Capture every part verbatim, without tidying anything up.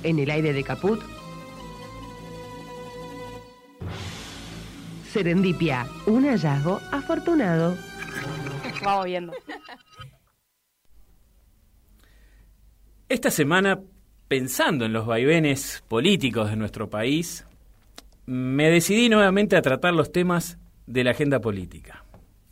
en el aire de Caput. Serendipia, un hallazgo afortunado. Vamos viendo. Esta semana, pensando en los vaivenes políticos de nuestro país, me decidí nuevamente a tratar los temas de la agenda política.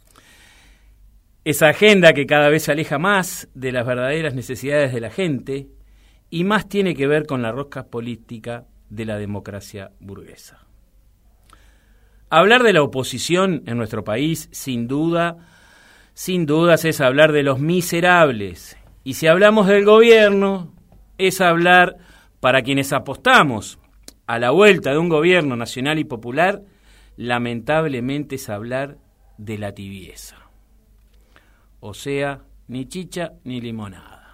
Esa agenda que cada vez se aleja más de las verdaderas necesidades de la gente y más tiene que ver con la rosca política de la democracia burguesa. Hablar de la oposición en nuestro país, sin duda, sin dudas, es hablar de los miserables. Y si hablamos del gobierno, es hablar, para quienes apostamos a la vuelta de un gobierno nacional y popular, lamentablemente es hablar de la tibieza. O sea, ni chicha ni limonada.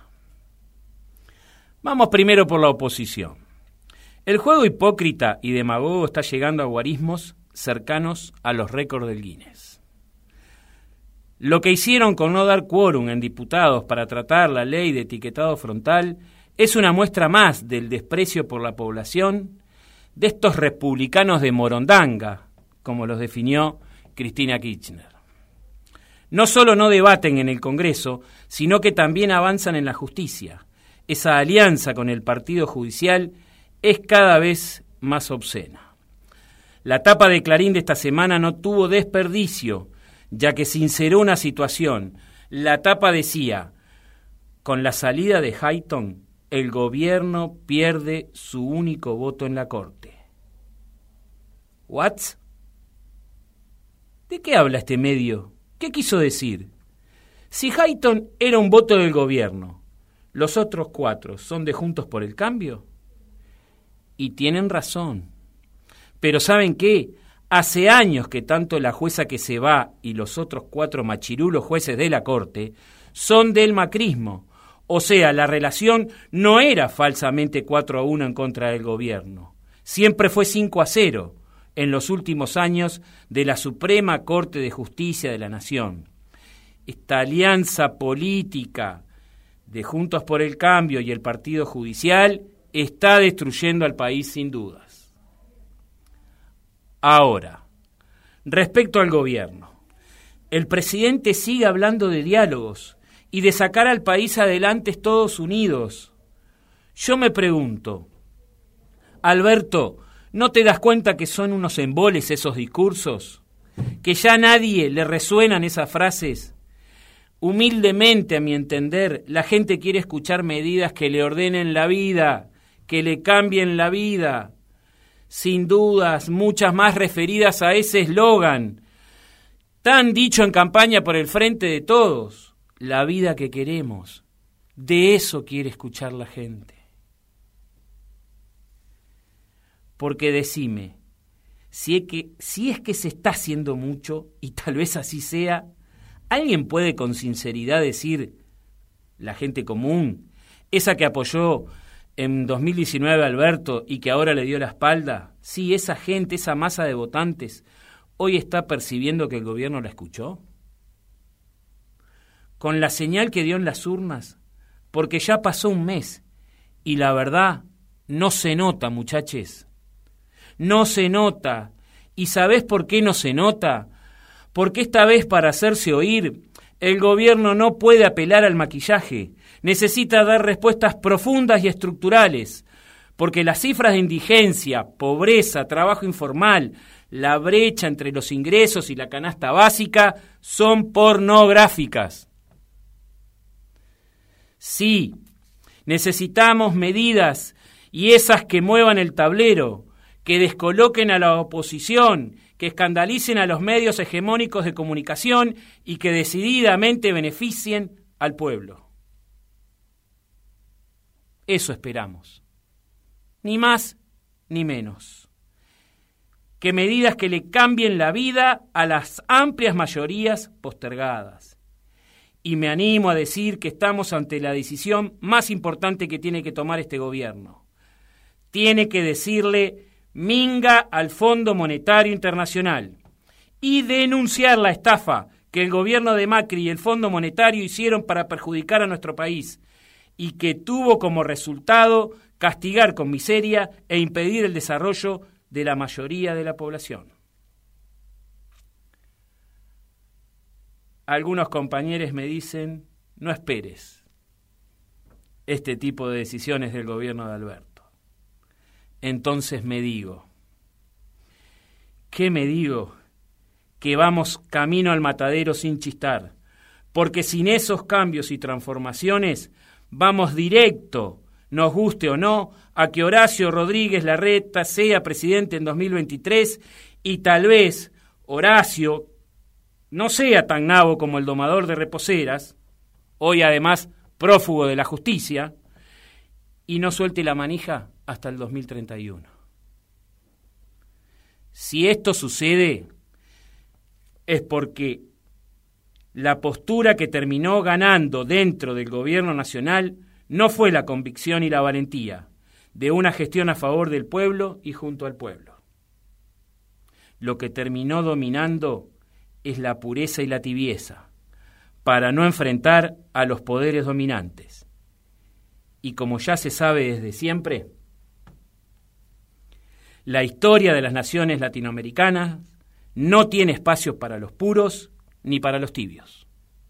Vamos primero por la oposición. El juego hipócrita y demagogo está llegando a guarismos cercanos a los récords del Guinness. Lo que hicieron con no dar quórum en diputados para tratar la ley de etiquetado frontal es una muestra más del desprecio por la población de estos republicanos de Morondanga, como los definió Cristina Kirchner. No solo no debaten en el Congreso, sino que también avanzan en la justicia. Esa alianza con el Partido Judicial es cada vez más obscena. La tapa de Clarín de esta semana no tuvo desperdicio, ya que sinceró una situación. La tapa decía: con la salida de Hayton, el gobierno pierde su único voto en la Corte. ¿What? ¿De qué habla este medio? ¿Qué quiso decir? Si Hayton era un voto del gobierno, ¿los otros cuatro son de Juntos por el Cambio? Y tienen razón. Pero ¿saben qué? Hace años que tanto la jueza que se va y los otros cuatro machirulos jueces de la Corte son del macrismo. O sea, la relación no era falsamente cuatro a uno en contra del gobierno. Siempre fue cinco a cero en los últimos años de la Suprema Corte de Justicia de la Nación. Esta alianza política de Juntos por el Cambio y el Partido Judicial está destruyendo al país sin dudas. Ahora, respecto al gobierno, el presidente sigue hablando de diálogos y de sacar al país adelante todos unidos. Yo me pregunto, Alberto, ¿no te das cuenta que son unos emboles esos discursos? ¿Que ya a nadie le resuenan esas frases? Humildemente, a mi entender, la gente quiere escuchar medidas que le ordenen la vida, que le cambien la vida. Sin dudas, muchas más referidas a ese eslogan, tan dicho en campaña por el Frente de Todos, la vida que queremos. De eso quiere escuchar la gente. Porque decime, si es que, si es que se está haciendo mucho, y tal vez así sea, ¿alguien puede con sinceridad decir, la gente común, esa que apoyó en dos mil diecinueve a Alberto y que ahora le dio la espalda, sí, esa gente, esa masa de votantes, hoy está percibiendo que el gobierno la escuchó? Con la señal que dio en las urnas, porque ya pasó un mes, y la verdad, no se nota, muchachos. No se nota. ¿Y sabés por qué no se nota? Porque esta vez, para hacerse oír, el gobierno no puede apelar al maquillaje. Necesita dar respuestas profundas y estructurales, porque las cifras de indigencia, pobreza, trabajo informal, la brecha entre los ingresos y la canasta básica son pornográficas. Sí, necesitamos medidas, y esas que muevan el tablero, que descoloquen a la oposición, que escandalicen a los medios hegemónicos de comunicación y que decididamente beneficien al pueblo. Eso esperamos. Ni más ni menos. Que medidas que le cambien la vida a las amplias mayorías postergadas. Y me animo a decir que estamos ante la decisión más importante que tiene que tomar este gobierno. Tiene que decirle minga al Fondo Monetario Internacional y denunciar la estafa que el gobierno de Macri y el Fondo Monetario hicieron para perjudicar a nuestro país. y que tuvo como resultado castigar con miseria e impedir el desarrollo de la mayoría de la población. Algunos compañeros me dicen, no esperes este tipo de decisiones del gobierno de Alberto. Entonces me digo, ¿qué me digo? Que vamos camino al matadero sin chistar, porque sin esos cambios y transformaciones vamos directo, nos guste o no, a que Horacio Rodríguez Larreta sea presidente en dos mil veintitrés y tal vez Horacio no sea tan nabo como el domador de reposeras, hoy además prófugo de la justicia, y no suelte la manija hasta el dos mil treinta y uno. Si esto sucede, es porque la postura que terminó ganando dentro del gobierno nacional no fue la convicción y la valentía de una gestión a favor del pueblo y junto al pueblo. Lo que terminó dominando es la pureza y la tibieza, para no enfrentar a los poderes dominantes. Y como ya se sabe desde siempre, la historia de las naciones latinoamericanas no tiene espacio para los puros ni para los tibios.